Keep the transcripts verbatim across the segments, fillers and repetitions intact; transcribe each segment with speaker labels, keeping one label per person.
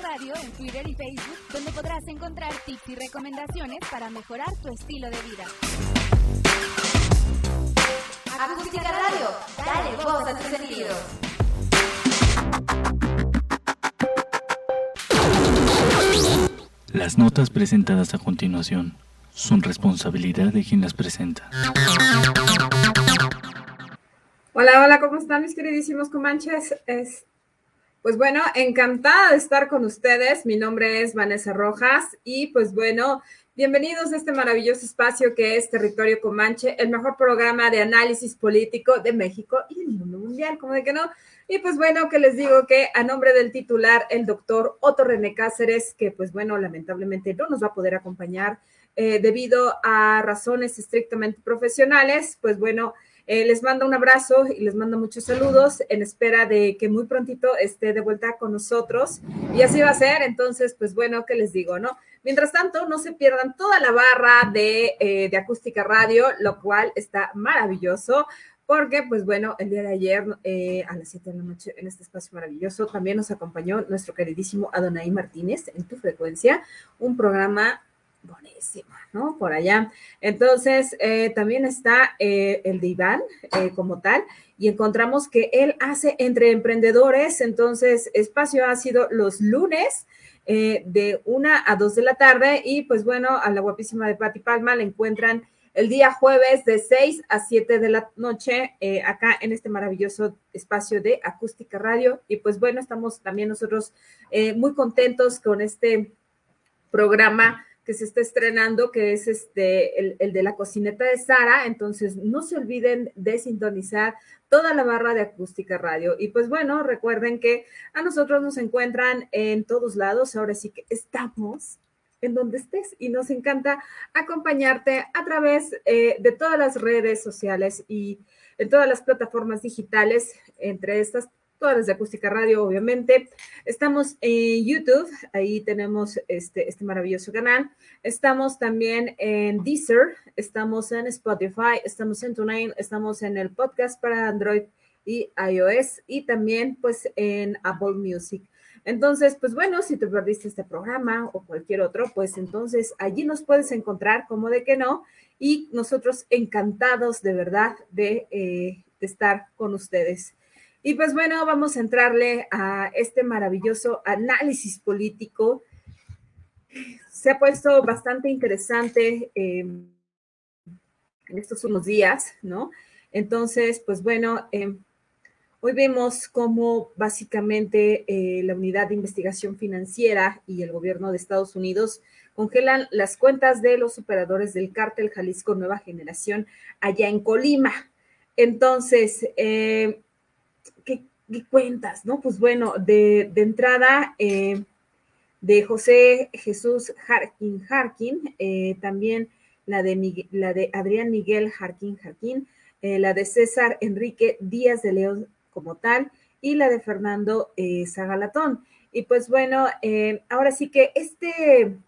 Speaker 1: Radio en Twitter y Facebook, donde podrás encontrar tips y recomendaciones para mejorar tu estilo de vida.
Speaker 2: Acústica Radio, dale voz a tus sentidos.
Speaker 3: Las notas presentadas a continuación son responsabilidad de quien las presenta.
Speaker 4: Hola, hola, ¿cómo están mis queridísimos comanches? Es, pues bueno, encantada de estar con ustedes. Mi nombre es Vanessa Rojas y pues bueno, bienvenidos a este maravilloso espacio que es Territorio Comanche, el mejor programa de análisis político de México y del mundo mundial, como de que no. Y pues bueno, que les digo que a nombre del titular, el doctor Otto René Cáceres, que pues bueno, lamentablemente no nos va a poder acompañar eh, debido a razones estrictamente profesionales, pues bueno, Eh, les mando un abrazo y les mando muchos saludos en espera de que muy prontito esté de vuelta con nosotros y así va a ser. Entonces, pues bueno, ¿qué les digo, no? Mientras tanto, no se pierdan toda la barra de, eh, de Acústica Radio, lo cual está maravilloso porque, pues bueno, el día de ayer eh, a las siete de la noche en este espacio maravilloso también nos acompañó nuestro queridísimo Adonai Martínez en Tu Frecuencia, un programa buenísimo, ¿no? Por allá. Entonces, eh, también está eh, el de Iván eh, como tal, y encontramos que él hace entre emprendedores. Entonces, espacio ha sido los lunes eh, de una a dos de la tarde, y pues bueno, a la guapísima de Pati Palma la encuentran el día jueves de seis a siete de la noche, eh, acá en este maravilloso espacio de Acústica Radio. Y pues bueno, estamos también nosotros eh, muy contentos con este programa que se está estrenando, que es este el, el de la cocineta de Sara. Entonces no se olviden de sintonizar toda la barra de Acústica Radio. Y pues bueno, recuerden que a nosotros nos encuentran en todos lados, ahora sí que estamos en donde estés y nos encanta acompañarte a través eh, de todas las redes sociales y en todas las plataformas digitales, entre estas todas las de Acústica Radio, obviamente. Estamos en YouTube, ahí tenemos este, este maravilloso canal. Estamos también en Deezer, estamos en Spotify, estamos en TuneIn, estamos en el podcast para Android y iOS y también pues en Apple Music. Entonces, pues bueno, si te perdiste este programa o cualquier otro, pues entonces allí nos puedes encontrar, como de que no, y nosotros encantados de verdad de, eh, de estar con ustedes. Y pues bueno, vamos a entrarle a este maravilloso análisis político. Se ha puesto bastante interesante eh, en estos últimos días, ¿no? Entonces, pues bueno, eh, hoy vemos cómo básicamente eh, la Unidad de Investigación Financiera y el gobierno de Estados Unidos congelan las cuentas de los operadores del cártel Jalisco Nueva Generación allá en Colima. Entonces, eh, ¿Qué, ¿Qué cuentas, no? Pues bueno, de, de entrada, eh, de José Jesús Jarquín Jarquín, eh, también la de, Miguel, la de Adrián Miguel Jarquín Jarquín, eh, la de César Enrique Díaz de León como tal, y la de Fernando eh, Zagalatón. Y pues bueno, eh, ahora sí que este,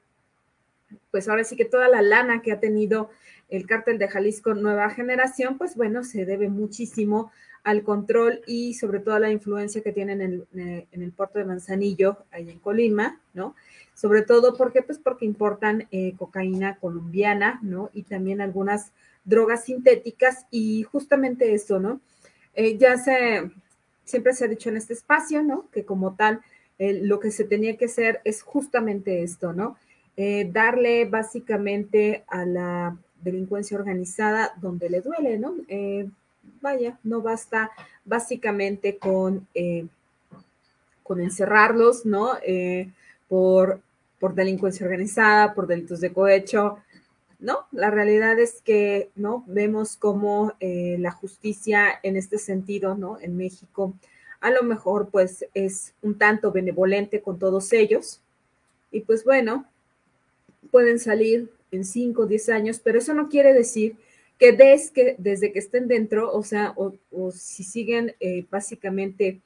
Speaker 4: pues ahora sí que toda la lana que ha tenido el cártel de Jalisco Nueva Generación, pues bueno, se debe muchísimo al control y sobre todo a la influencia que tienen en el, en el puerto de Manzanillo, ahí en Colima, ¿no? Sobre todo porque, pues porque importan eh, cocaína colombiana, ¿no? Y también algunas drogas sintéticas y justamente eso, ¿no? Eh, ya se, siempre se ha dicho en este espacio, ¿no? Que como tal, eh, lo que se tenía que hacer es justamente esto, ¿no? Eh, darle básicamente a la delincuencia organizada donde le duele, ¿no? Eh, vaya, no basta básicamente con, eh, con encerrarlos, ¿no? Eh, por, por delincuencia organizada, por delitos de cohecho, ¿no? La realidad es que, ¿no? Vemos cómo eh, la justicia en este sentido, ¿no? En México, a lo mejor, pues, es un tanto benevolente con todos ellos, y pues bueno, pueden salir en cinco o diez años, pero eso no quiere decir que, des que desde que estén dentro, o sea, o, o si siguen eh, básicamente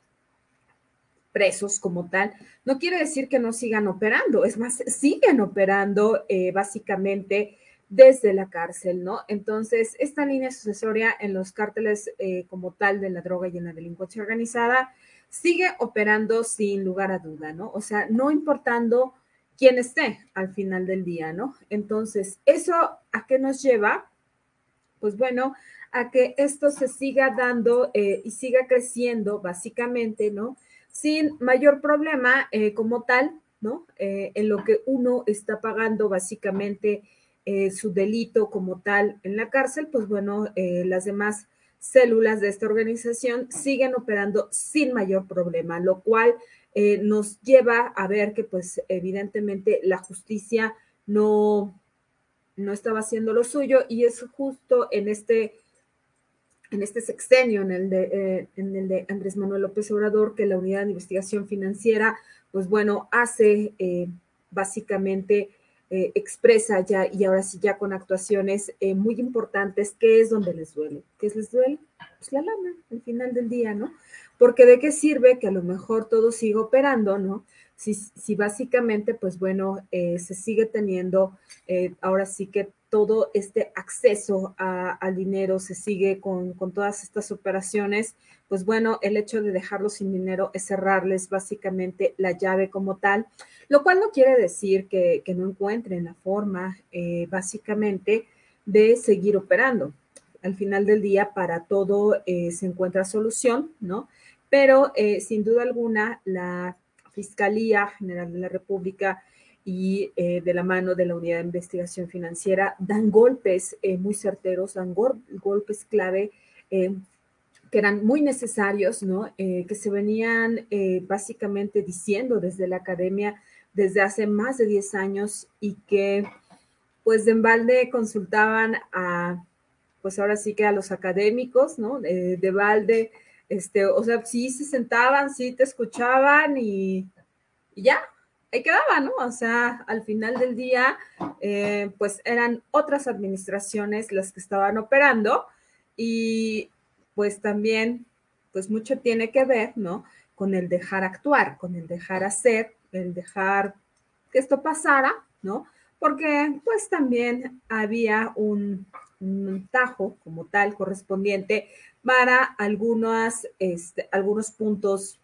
Speaker 4: presos como tal, no quiere decir que no sigan operando, es más, siguen operando eh, básicamente desde la cárcel, ¿no? Entonces, esta línea sucesoria en los cárteles eh, como tal de la droga y en la delincuencia organizada sigue operando sin lugar a duda, ¿no? O sea, no importando quién esté al final del día, ¿no? Entonces, ¿eso a qué nos lleva? Pues bueno, a que esto se siga dando eh, y siga creciendo básicamente, ¿no? Sin mayor problema eh, como tal, ¿no? Eh, en lo que uno está pagando básicamente eh, su delito como tal en la cárcel, pues bueno, eh, las demás células de esta organización siguen operando sin mayor problema, lo cual eh, nos lleva a ver que pues evidentemente la justicia no, no estaba haciendo lo suyo y es justo en este en este sexenio, en el, de, eh, en el de Andrés Manuel López Obrador, que la Unidad de Investigación Financiera, pues bueno, hace eh, básicamente, eh, expresa ya, y ahora sí ya con actuaciones eh, muy importantes, ¿qué es donde les duele? ¿Qué les duele? Pues la lana, al final del día, ¿no? Porque de qué sirve que a lo mejor todo siga operando, ¿no? Si, si básicamente, pues bueno, eh, se sigue teniendo, eh, ahora sí que todo este acceso a, al dinero se sigue con, con todas estas operaciones, pues bueno, el hecho de dejarlos sin dinero es cerrarles básicamente la llave como tal, lo cual no quiere decir que, que no encuentren la forma eh, básicamente de seguir operando. Al final del día, para todo eh, se encuentra solución, ¿no? Pero eh, sin duda alguna, la Fiscalía General de la República y eh, de la mano de la Unidad de Investigación Financiera dan golpes eh, muy certeros, dan gol golpes clave eh, que eran muy necesarios, ¿no? Eh, que se venían eh, básicamente diciendo desde la academia desde hace más de diez años y que pues de embalde consultaban a, pues ahora sí que a los académicos, ¿no? Eh, de balde, este, o sea, sí se sentaban, sí te escuchaban y, y ya, ahí quedaba, ¿no? O sea, al final del día, eh, pues eran otras administraciones las que estaban operando y pues también, pues mucho tiene que ver, ¿no? Con el dejar actuar, con el dejar hacer, el dejar que esto pasara, ¿no? Porque pues también había un, un tajo como tal correspondiente para algunas, este, algunos puntos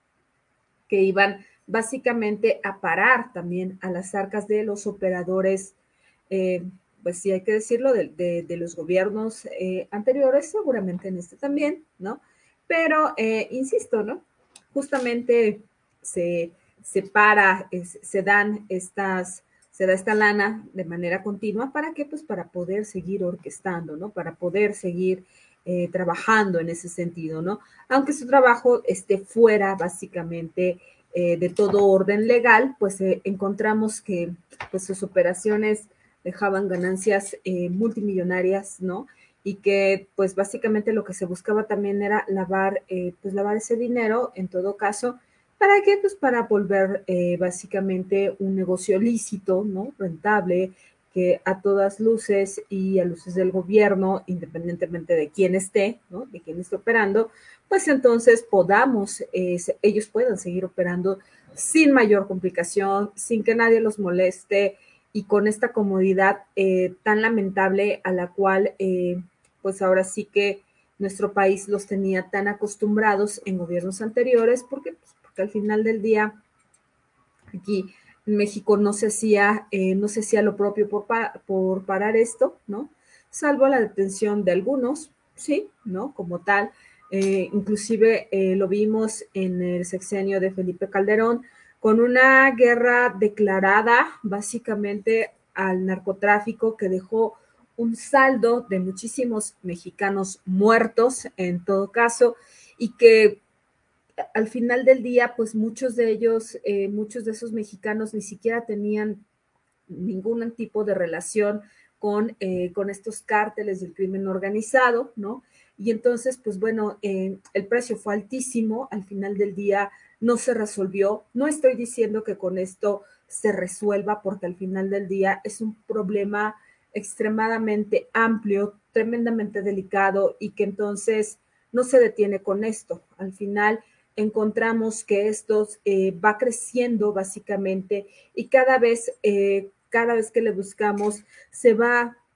Speaker 4: que iban básicamente a parar también a las arcas de los operadores, eh, pues sí hay que decirlo, de, de, de los gobiernos eh, anteriores, seguramente en este también, ¿no? Pero, eh, insisto, ¿no? Justamente se, se para, es, se dan estas, se da esta lana de manera continua, ¿para qué? Pues para poder seguir orquestando, ¿no? Para poder seguir eh, trabajando en ese sentido, ¿no? Aunque su trabajo esté fuera básicamente eh, de todo orden legal, pues eh, encontramos que pues, sus operaciones dejaban ganancias eh, multimillonarias, ¿no? Y que pues básicamente lo que se buscaba también era lavar, eh, pues lavar ese dinero en todo caso. ¿Para qué? Pues para volver eh, básicamente un negocio lícito, ¿no? Rentable, que a todas luces y a luces del gobierno, independientemente de quién esté, ¿no? De quién esté operando, pues entonces podamos, eh, ellos puedan seguir operando sin mayor complicación, sin que nadie los moleste y con esta comodidad eh, tan lamentable a la cual, eh, pues ahora sí que nuestro país los tenía tan acostumbrados en gobiernos anteriores, porque, pues, porque al final del día aquí en México no se hacía, eh, no se hacía lo propio por, pa por parar esto, ¿no? Salvo la detención de algunos, sí, ¿no? Como tal, eh, inclusive eh, lo vimos en el sexenio de Felipe Calderón, con una guerra declarada básicamente al narcotráfico que dejó un saldo de muchísimos mexicanos muertos en todo caso y que al final del día, pues muchos de ellos, eh, muchos de esos mexicanos ni siquiera tenían ningún tipo de relación con, eh, con estos cárteles del crimen organizado, ¿no? Y entonces, pues bueno, eh, el precio fue altísimo, al final del día no se resolvió. No estoy diciendo que con esto se resuelva, porque al final del día es un problema extremadamente amplio, tremendamente delicado y que entonces no se detiene con esto. Al final encontramos que esto eh, va creciendo básicamente y cada vez, eh, cada vez que le buscamos se va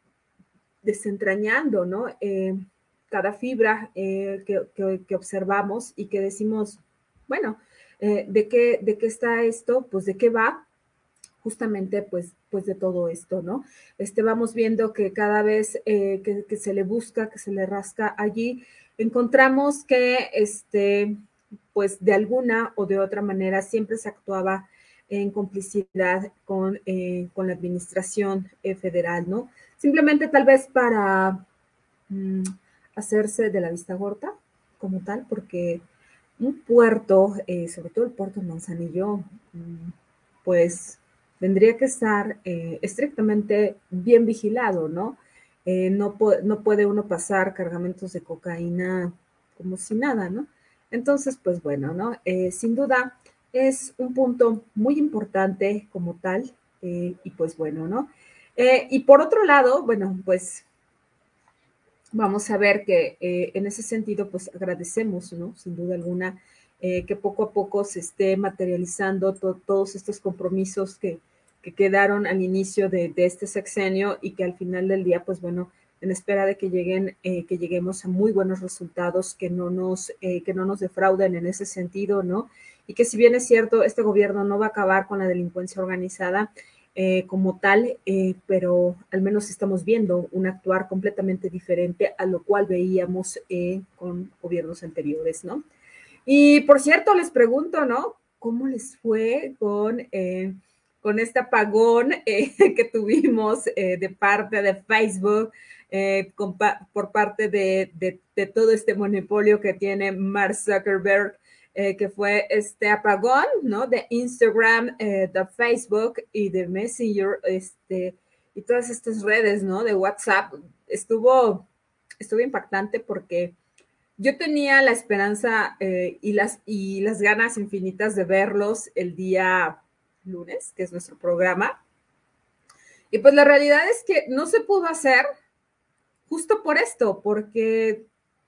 Speaker 4: desentrañando, ¿no? Eh, cada fibra eh, que, que, que observamos y que decimos, bueno, eh, ¿de qué, de qué está esto? Pues de qué va, justamente pues, pues de todo esto, ¿no? Este, vamos viendo que cada vez eh, que, que se le busca, que se le rasca allí, encontramos que, este, pues de alguna o de otra manera siempre se actuaba en complicidad con, eh, con la administración eh, federal, ¿no? Simplemente tal vez para mmm, hacerse de la vista gorda como tal, porque un puerto, eh, sobre todo el puerto de Manzanillo, mmm, pues tendría que estar eh, estrictamente bien vigilado, ¿no? Eh, no, no puede uno pasar cargamentos de cocaína como si nada, ¿no? Entonces, pues bueno, ¿no? Eh, sin duda es un punto muy importante como tal, eh, y pues bueno, ¿no? Eh, y por otro lado, bueno, pues vamos a ver que eh, en ese sentido, pues agradecemos, ¿no? Sin duda alguna, eh, que poco a poco se esté materializando to todos estos compromisos que, que quedaron al inicio de, de este sexenio y que al final del día, pues bueno, en espera de que lleguen, eh, que lleguemos a muy buenos resultados, que no nos, eh, que no nos defrauden en ese sentido, ¿no? Y que si bien es cierto, este gobierno no va a acabar con la delincuencia organizada, Eh, como tal, eh, pero al menos estamos viendo un actuar completamente diferente a lo cual veíamos eh, con gobiernos anteriores, ¿no? Y por cierto, les pregunto, ¿no? ¿Cómo les fue con, eh, con este apagón eh, que tuvimos eh, de parte de Facebook, eh, con pa por parte de, de, de todo este monopolio que tiene Mark Zuckerberg? Eh, que fue este apagón, ¿no? De Instagram, eh, de Facebook y de Messenger, este, y todas estas redes, ¿no? De WhatsApp. Estuvo, estuvo impactante porque yo tenía la esperanza eh, y, las, y las ganas infinitas de verlos el día lunes, que es nuestro programa. Y pues la realidad es que no se pudo hacer justo por esto, porque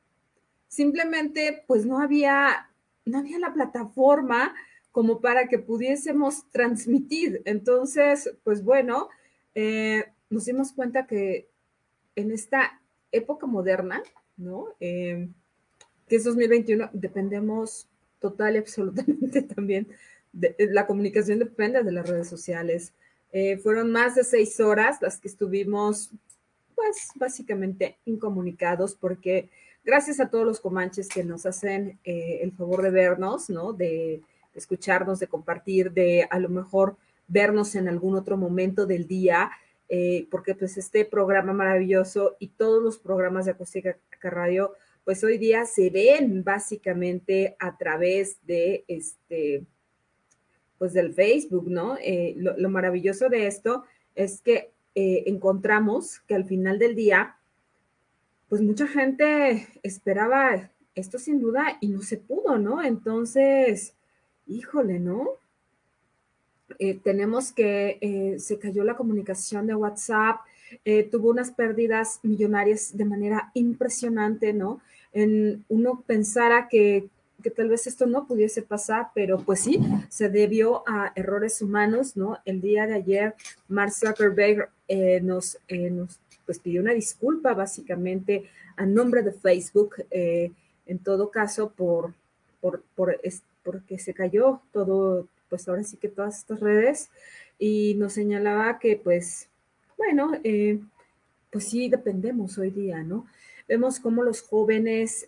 Speaker 4: simplemente pues no había no había la plataforma como para que pudiésemos transmitir. Entonces, pues bueno, eh, nos dimos cuenta que en esta época moderna, ¿no? Eh, que es dos mil veintiuno, dependemos total y absolutamente también, de, la comunicación depende de las redes sociales. Eh, fueron más de seis horas las que estuvimos, pues, básicamente incomunicados, porque gracias a todos los comanches que nos hacen eh, el favor de vernos, ¿no? De, de escucharnos, de compartir, de a lo mejor vernos en algún otro momento del día, eh, porque pues este programa maravilloso y todos los programas de Acústica Radio, pues hoy día se ven básicamente a través de este, pues del Facebook, ¿no? Eh, lo, lo maravilloso de esto es que eh, encontramos que al final del día, pues mucha gente esperaba esto sin duda y no se pudo, ¿no? Entonces, híjole, ¿no? Eh, tenemos que eh, se cayó la comunicación de WhatsApp, eh, tuvo unas pérdidas millonarias de manera impresionante, ¿no? En, uno pensara que, que tal vez esto no pudiese pasar, pero pues sí, se debió a errores humanos, ¿no? El día de ayer, Mark Zuckerberg eh, nos, eh, nos pues pidió una disculpa básicamente a nombre de Facebook, eh, en todo caso, por, por, por, es, porque se cayó todo, pues ahora sí que todas estas redes, y nos señalaba que pues, bueno, eh, pues sí dependemos hoy día, ¿no? Vemos cómo los jóvenes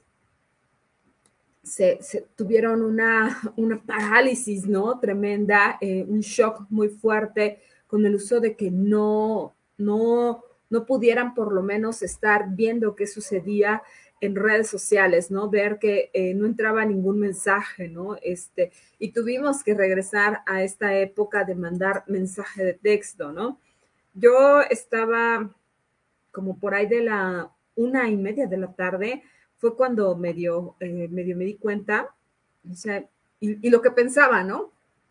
Speaker 4: se, se tuvieron una, una parálisis, ¿no? Tremenda, eh, un shock muy fuerte con el uso de que no, no, no pudieran por lo menos estar viendo qué sucedía en redes sociales, ¿no? Ver que eh, no entraba ningún mensaje, ¿no? Este, y tuvimos que regresar a esta época de mandar mensaje de texto, ¿no? Yo estaba como por ahí de la una y media de la tarde, fue cuando medio, eh, medio me di cuenta, o sea, y, y lo que pensaba, ¿no?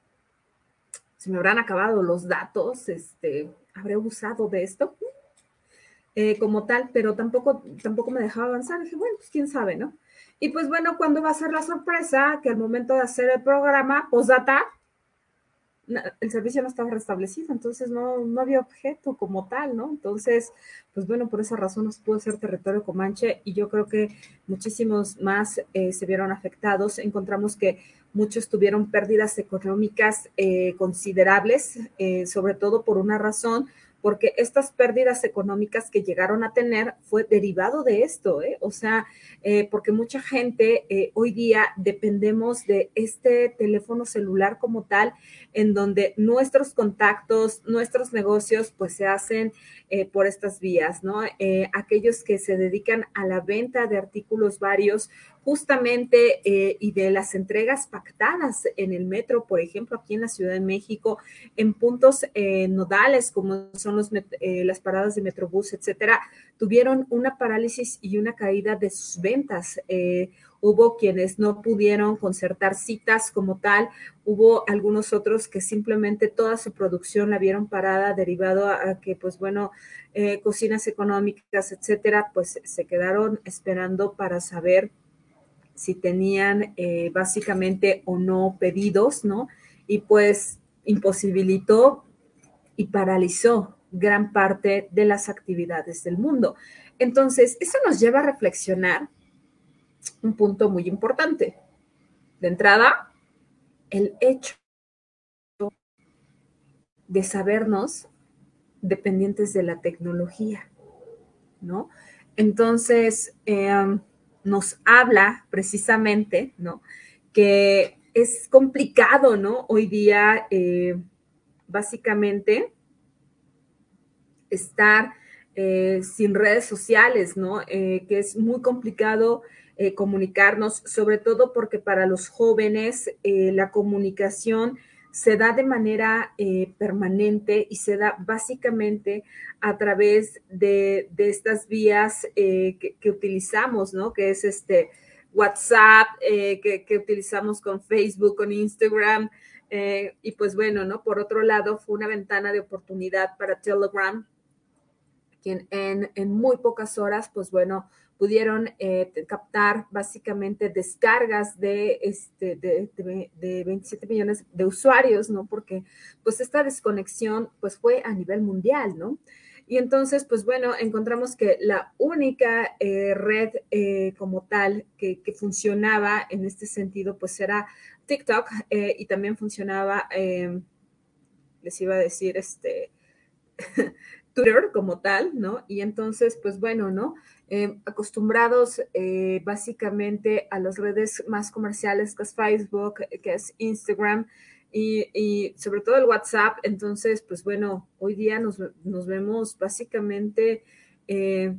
Speaker 4: Se me habrán acabado los datos, este, habré usado de esto. Eh, como tal, pero tampoco, tampoco me dejaba avanzar. Dije, bueno, pues quién sabe, ¿no? Y pues bueno, ¿cuándo va a ser la sorpresa? Que al momento de hacer el programa, postdata, el servicio no estaba restablecido, entonces no, no había objeto como tal, ¿no? Entonces, pues bueno, por esa razón nos pudo ser territorio comanche y yo creo que muchísimos más eh, se vieron afectados. Encontramos que muchos tuvieron pérdidas económicas eh, considerables, eh, sobre todo por una razón, porque estas pérdidas económicas que llegaron a tener fue derivado de esto, ¿eh? O sea, eh, porque mucha gente eh, hoy día dependemos de este teléfono celular como tal, en donde nuestros contactos, nuestros negocios, pues se hacen eh, por estas vías, ¿no? Eh, aquellos que se dedican a la venta de artículos varios, justamente, eh, y de las entregas pactadas en el metro, por ejemplo, aquí en la Ciudad de México, en puntos eh, nodales, como son los, eh, las paradas de Metrobús, etcétera, tuvieron una parálisis y una caída de sus ventas. Eh, hubo quienes no pudieron concertar citas como tal, hubo algunos otros que simplemente toda su producción la vieron parada derivado a, a que, pues bueno, eh, cocinas económicas, etcétera, pues se quedaron esperando para saber si tenían eh, básicamente o no pedidos, ¿no? Y pues imposibilitó y paralizó gran parte de las actividades del mundo. Entonces, eso nos lleva a reflexionar un punto muy importante. De entrada, el hecho de sabernos dependientes de la tecnología, ¿no? Entonces, eh, nos habla precisamente, ¿no? Que es complicado, ¿no? Hoy día, eh, básicamente, estar eh, sin redes sociales, ¿no? Eh, que es muy complicado eh, comunicarnos, sobre todo porque para los jóvenes eh, la comunicación se da de manera eh, permanente y se da básicamente a través de, de estas vías eh, que, que utilizamos, ¿no? Que es este WhatsApp, eh, que, que utilizamos con Facebook, con Instagram, eh, y pues bueno, ¿no? Por otro lado, fue una ventana de oportunidad para Telegram, quien en, en muy pocas horas, pues bueno, pudieron eh, captar básicamente descargas de, este, de, de, de veintisiete millones de usuarios, ¿no? Porque pues esta desconexión pues fue a nivel mundial, ¿no? Y entonces, pues bueno, encontramos que la única eh, red eh, como tal que, que funcionaba en este sentido, pues era TikTok, eh, y también funcionaba, eh, les iba a decir, este... Twitter como tal, ¿no? Y entonces, pues bueno, ¿no? Eh, acostumbrados eh, básicamente a las redes más comerciales, que es Facebook, que es Instagram, y, y sobre todo el WhatsApp. Entonces, pues bueno, hoy día nos, nos vemos básicamente, eh,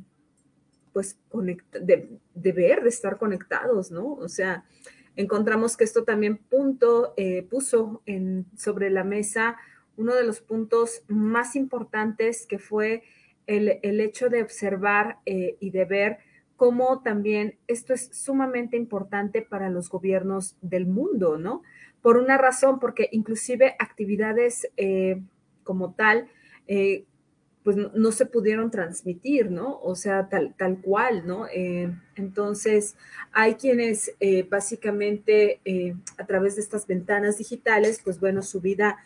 Speaker 4: pues, conect de, de ver, de estar conectados, ¿no? O sea, encontramos que esto también punto, eh, puso en, sobre la mesa uno de los puntos más importantes, que fue el, el hecho de observar eh, y de ver cómo también esto es sumamente importante para los gobiernos del mundo, ¿no? Por una razón, porque inclusive actividades eh, como tal, eh, pues no, no se pudieron transmitir, ¿no? O sea, tal, tal cual, ¿no? Eh, entonces, hay quienes eh, básicamente eh, a través de estas ventanas digitales, pues bueno, su vida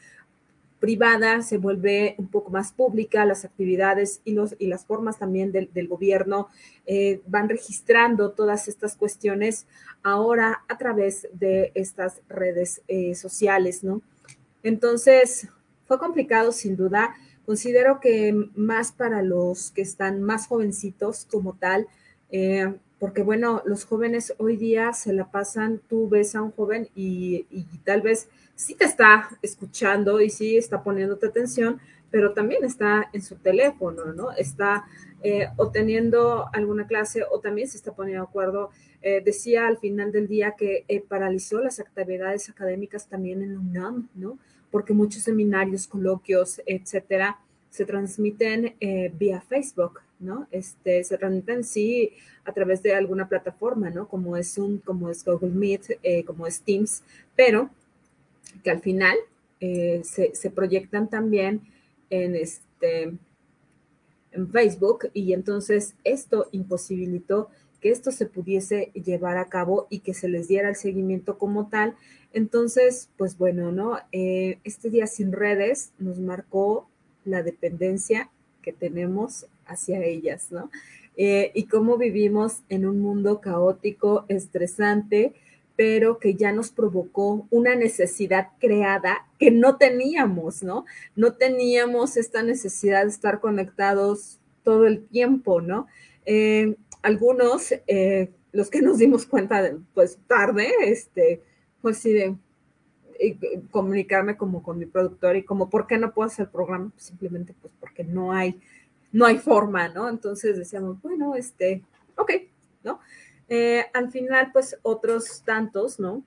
Speaker 4: privada se vuelve un poco más pública, las actividades y, los, y las formas también del, del gobierno eh, van registrando todas estas cuestiones ahora a través de estas redes eh, sociales, ¿no? Entonces, fue complicado sin duda. Considero que más para los que están más jovencitos como tal, eh, porque bueno, los jóvenes hoy día se la pasan, tú ves a un joven y, y tal vez sí te está escuchando y sí está poniéndote atención, pero también está en su teléfono, ¿no? Está eh, o teniendo alguna clase o también se está poniendo de acuerdo. Eh, decía al final del día que eh, paralizó las actividades académicas también en la UNAM, ¿no? Porque muchos seminarios, coloquios, etcétera, se transmiten eh, vía Facebook, ¿no? Este, se transmiten, sí, a través de alguna plataforma, ¿no? Como es Zoom, como es Google Meet, eh, como es Teams, pero que al final eh, se, se proyectan también en, este, en Facebook, y entonces esto imposibilitó que esto se pudiese llevar a cabo y que se les diera el seguimiento como tal. Entonces, pues bueno, ¿no? Eh, este día sin redes nos marcó la dependencia que tenemos hacia ellas, ¿no? Eh, y cómo vivimos en un mundo caótico, estresante, pero que ya nos provocó una necesidad creada que no teníamos, ¿no? No teníamos esta necesidad de estar conectados todo el tiempo, ¿no? Eh, algunos, eh, los que nos dimos cuenta, de, pues tarde, este, pues sí, de eh, comunicarme como con mi productor y como, ¿por qué no puedo hacer el programa? Pues simplemente pues porque no hay, no hay forma, ¿no? Entonces decíamos, bueno, este, ok, ¿no? Eh, al final, pues otros tantos, ¿no?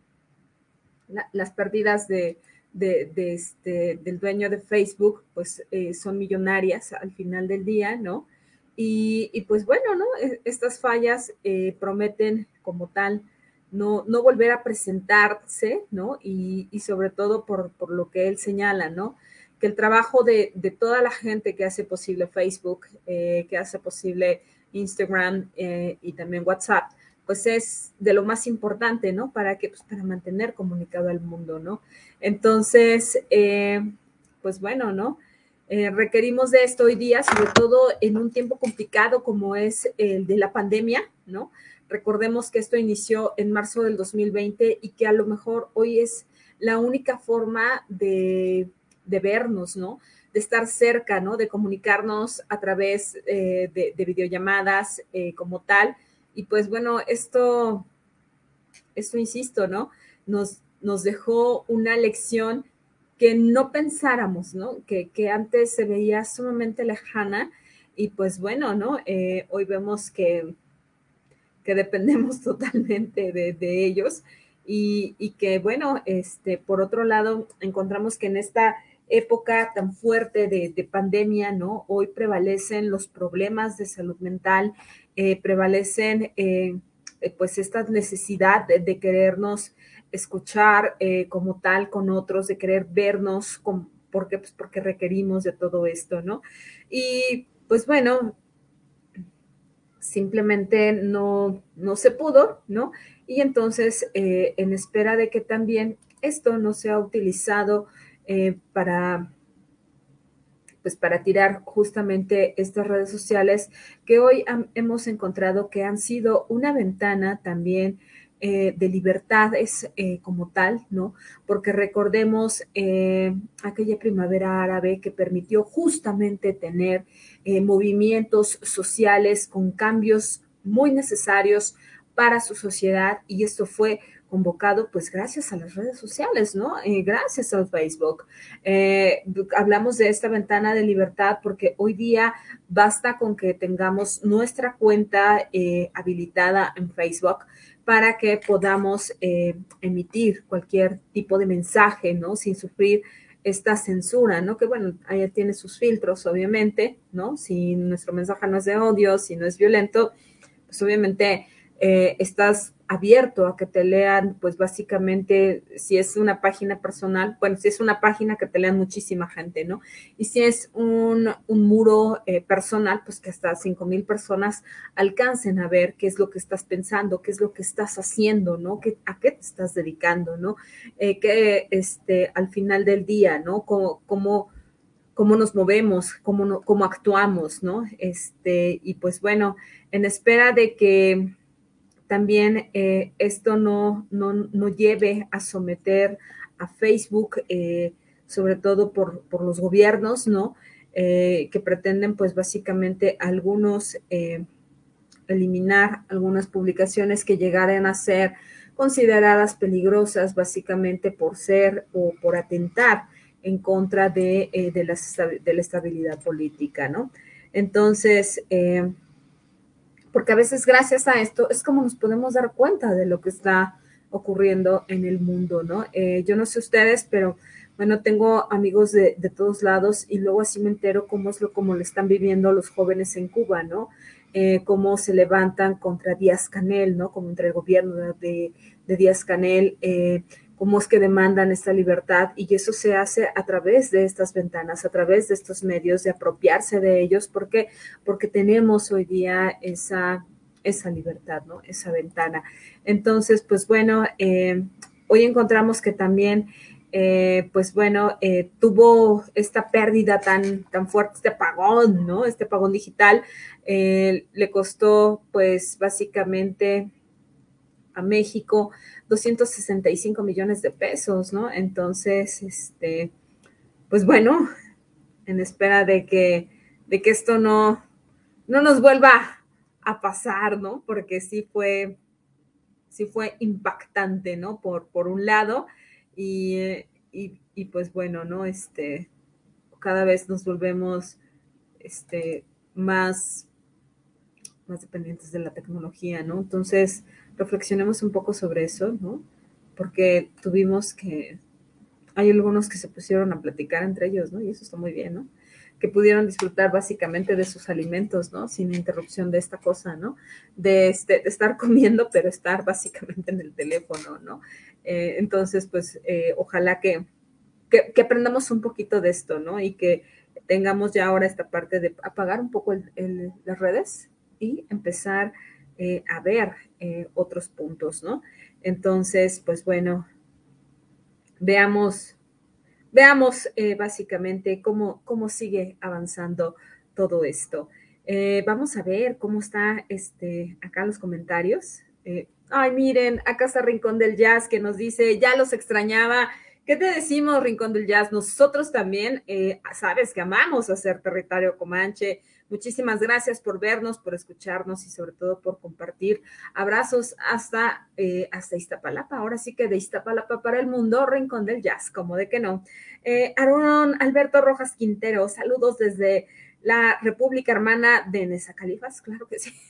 Speaker 4: La, las pérdidas de, de, de este, del dueño de Facebook, pues eh, son millonarias al final del día, ¿no? Y, y pues bueno, ¿no? Estas fallas eh, prometen como tal no, no volver a presentarse, ¿no? Y, y sobre todo por, por lo que él señala, ¿no? Que el trabajo de, de toda la gente que hace posible Facebook, eh, que hace posible Instagram eh, y también WhatsApp, pues es de lo más importante, ¿no? Para que, pues para mantener comunicado al mundo, ¿no? Entonces, eh, pues bueno, ¿no? Eh, requerimos de esto hoy día, sobre todo en un tiempo complicado como es el de la pandemia, ¿no? Recordemos que esto inició en marzo del dos mil veinte y que a lo mejor hoy es la única forma de, de vernos, ¿no? De estar cerca, ¿no? De comunicarnos a través eh, de, de videollamadas eh, como tal. Y pues bueno, esto, esto insisto, ¿no? Nos, nos dejó una lección que no pensáramos, ¿no? Que, que antes se veía sumamente lejana y pues bueno, ¿no? Eh, hoy vemos que, que dependemos totalmente de, de ellos y, y que bueno, este, por otro lado, encontramos que en esta época tan fuerte de, de pandemia, ¿no? Hoy prevalecen los problemas de salud mental, eh, prevalecen eh, pues esta necesidad de, de querernos escuchar eh, como tal con otros, de querer vernos, con, ¿por qué? Pues porque requerimos de todo esto, ¿no? Y pues bueno, simplemente no, no se pudo, ¿no? Y entonces, eh, en espera de que también esto no sea utilizado eh, para, pues para tirar justamente estas redes sociales que hoy han, hemos encontrado que han sido una ventana también eh, de libertades eh, como tal, ¿no? Porque recordemos eh, aquella primavera árabe que permitió justamente tener eh, movimientos sociales con cambios muy necesarios para su sociedad y esto fue convocado pues gracias a las redes sociales, ¿no? Eh, gracias al Facebook. Eh, hablamos de esta ventana de libertad porque hoy día basta con que tengamos nuestra cuenta eh, habilitada en Facebook para que podamos eh, emitir cualquier tipo de mensaje, ¿no? Sin sufrir esta censura, ¿no? Que bueno, ahí tiene sus filtros, obviamente, ¿no? Si nuestro mensaje no es de odio, si no es violento, pues obviamente eh, estás abierto a que te lean, pues básicamente, si es una página personal, bueno, si es una página que te lean muchísima gente, ¿no? Y si es un, un muro eh, personal, pues que hasta cinco mil personas alcancen a ver qué es lo que estás pensando, qué es lo que estás haciendo, ¿no? ¿Qué, a qué te estás dedicando, ¿no? Eh, que este, al final del día, ¿no? Cómo, cómo, cómo nos movemos, cómo, no, cómo actuamos, ¿no? Este, y pues bueno, en espera de que también eh, esto no, no, no lleve a someter a Facebook, eh, sobre todo por, por los gobiernos, ¿no? Eh, que pretenden, pues, básicamente algunos eh, eliminar algunas publicaciones que llegaran a ser consideradas peligrosas, básicamente por ser o por atentar en contra de, eh, de, la, de la estabilidad política, ¿no? Entonces, eh, porque a veces gracias a esto es como nos podemos dar cuenta de lo que está ocurriendo en el mundo, ¿no? Eh, yo no sé ustedes, pero bueno, tengo amigos de, de todos lados y luego así me entero cómo es lo como lo están viviendo los jóvenes en Cuba, ¿no? Eh, cómo se levantan contra Díaz-Canel, ¿no? Como entre el gobierno de, de Díaz-Canel, eh, cómo es que demandan esta libertad y eso se hace a través de estas ventanas, a través de estos medios, de apropiarse de ellos, porque porque tenemos hoy día esa esa libertad, ¿no? Esa ventana. Entonces, pues bueno, eh, hoy encontramos que también, eh, pues bueno, eh, tuvo esta pérdida tan, tan fuerte, este apagón, ¿no? Este apagón digital, eh, le costó, pues, básicamente a México doscientos sesenta y cinco millones de pesos, ¿no? Entonces, este, pues bueno, en espera de que, de que esto no, no nos vuelva a pasar, ¿no? Porque sí fue, sí fue impactante, ¿no? Por, por un lado, y, y, y pues bueno, ¿no? Este, cada vez nos volvemos este, más, más dependientes de la tecnología, ¿no? Entonces, reflexionemos un poco sobre eso, ¿no? Porque tuvimos que, hay algunos que se pusieron a platicar entre ellos, ¿no? Y eso está muy bien, ¿no? Que pudieron disfrutar básicamente de sus alimentos, ¿no? Sin interrupción de esta cosa, ¿no? De, este, de estar comiendo, pero estar básicamente en el teléfono, ¿no? Eh, entonces, pues, eh, ojalá que, que, que aprendamos un poquito de esto, ¿no? Y que tengamos ya ahora esta parte de apagar un poco el, el, las redes y empezar eh, a ver eh, otros puntos, ¿no? Entonces, pues bueno, veamos, veamos eh, básicamente cómo, cómo sigue avanzando todo esto. Eh, vamos a ver cómo está este, acá los comentarios. Eh, ay, miren, acá está Rincón del Jazz que nos dice, ya los extrañaba. ¿Qué te decimos, Rincón del Jazz? Nosotros también, eh, sabes que amamos hacer Territorio Comanche. Muchísimas gracias por vernos, por escucharnos y sobre todo por compartir. Abrazos hasta, eh, hasta Iztapalapa. Ahora sí que de Iztapalapa para el mundo, Rincón del Jazz, como de que no. Eh, Aaron Alberto Rojas Quintero, saludos desde la República Hermana de Nezacalicas, claro que sí.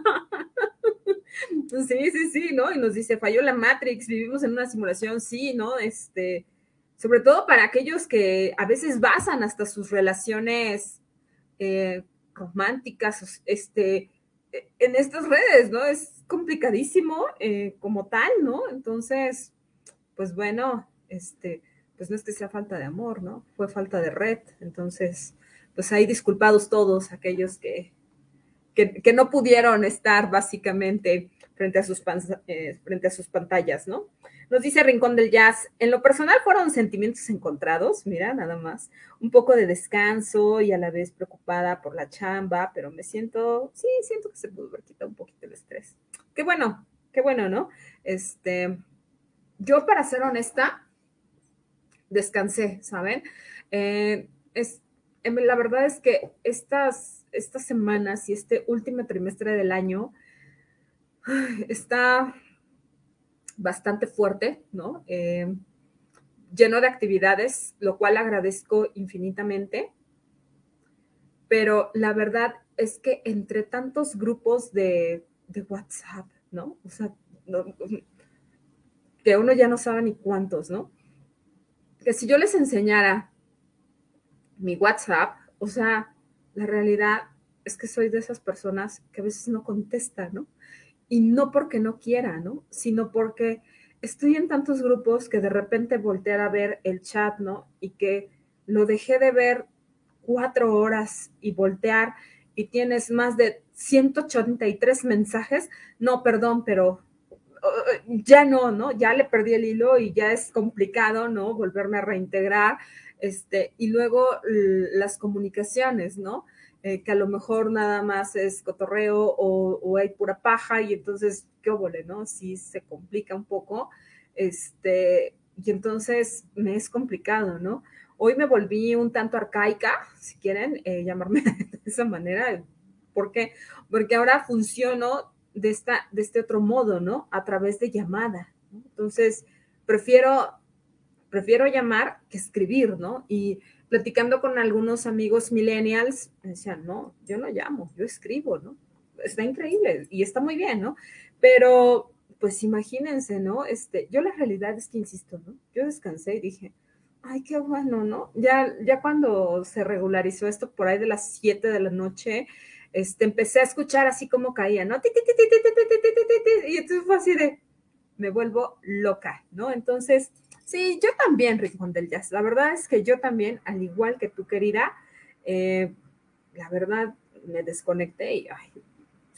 Speaker 4: Sí, sí, sí, ¿no? Y nos dice, falló la Matrix, vivimos en una simulación, sí, ¿no? Este, sobre todo para aquellos que a veces basan hasta sus relaciones eh, románticas, este, en estas redes, ¿no? Es complicadísimo eh, como tal, ¿no? Entonces, pues bueno, este, pues no es que sea falta de amor, ¿no? Fue falta de red. Entonces, pues ahí disculpados todos aquellos que, que, que no pudieron estar básicamente frente a, sus pan, eh, frente a sus pantallas, ¿no? Nos dice Rincón del Jazz, en lo personal fueron sentimientos encontrados, mira, nada más, un poco de descanso y a la vez preocupada por la chamba, pero me siento, sí, siento que se pudo haber quitado un poquito el estrés. Qué bueno, qué bueno, ¿no? Este, yo para ser honesta, descansé, ¿saben? Eh, es, la verdad es que estas, estas semanas y este último trimestre del año está bastante fuerte, ¿no? Eh, lleno de actividades, lo cual agradezco infinitamente, pero la verdad es que entre tantos grupos de, de WhatsApp, ¿no? O sea, no, que uno ya no sabe ni cuántos, ¿no? Que si yo les enseñara mi WhatsApp, o sea, la realidad es que soy de esas personas que a veces no contesta, ¿no? Y no porque no quiera, ¿no? Sino porque estoy en tantos grupos que de repente voltear a ver el chat, ¿no? Y que lo dejé de ver cuatro horas y voltear y tienes más de ciento ochenta y tres mensajes. No, perdón, pero uh, ya no, ¿no? Ya le perdí el hilo y ya es complicado, ¿no? Volverme a reintegrar. Este, y luego las comunicaciones, ¿no? Eh, que a lo mejor nada más es cotorreo o, o hay pura paja y entonces, qué óvole, ¿no? Sí se complica un poco, este, y entonces me es complicado, ¿no? Hoy me volví un tanto arcaica, si quieren eh, llamarme de esa manera, ¿por qué? Porque ahora funciono de, esta, de este otro modo, ¿no? A través de llamada, ¿no? Entonces, prefiero, prefiero llamar que escribir, ¿no? Y platicando con algunos amigos millennials, me decían, no, yo no llamo, yo escribo, ¿no? Está increíble y está muy bien, ¿no? Pero, pues imagínense, ¿no? Este, yo la realidad es que, insisto, ¿no? Yo descansé y dije, ay, qué bueno, ¿no? Ya, ya cuando se regularizó esto por ahí de las siete de la noche, este, empecé a escuchar así como caía, ¿no? Y entonces fue así de, me vuelvo loca, ¿no? Entonces, sí, yo también, Rincón del Jazz. La verdad es que yo también, al igual que tú, querida, eh, la verdad me desconecté y ay,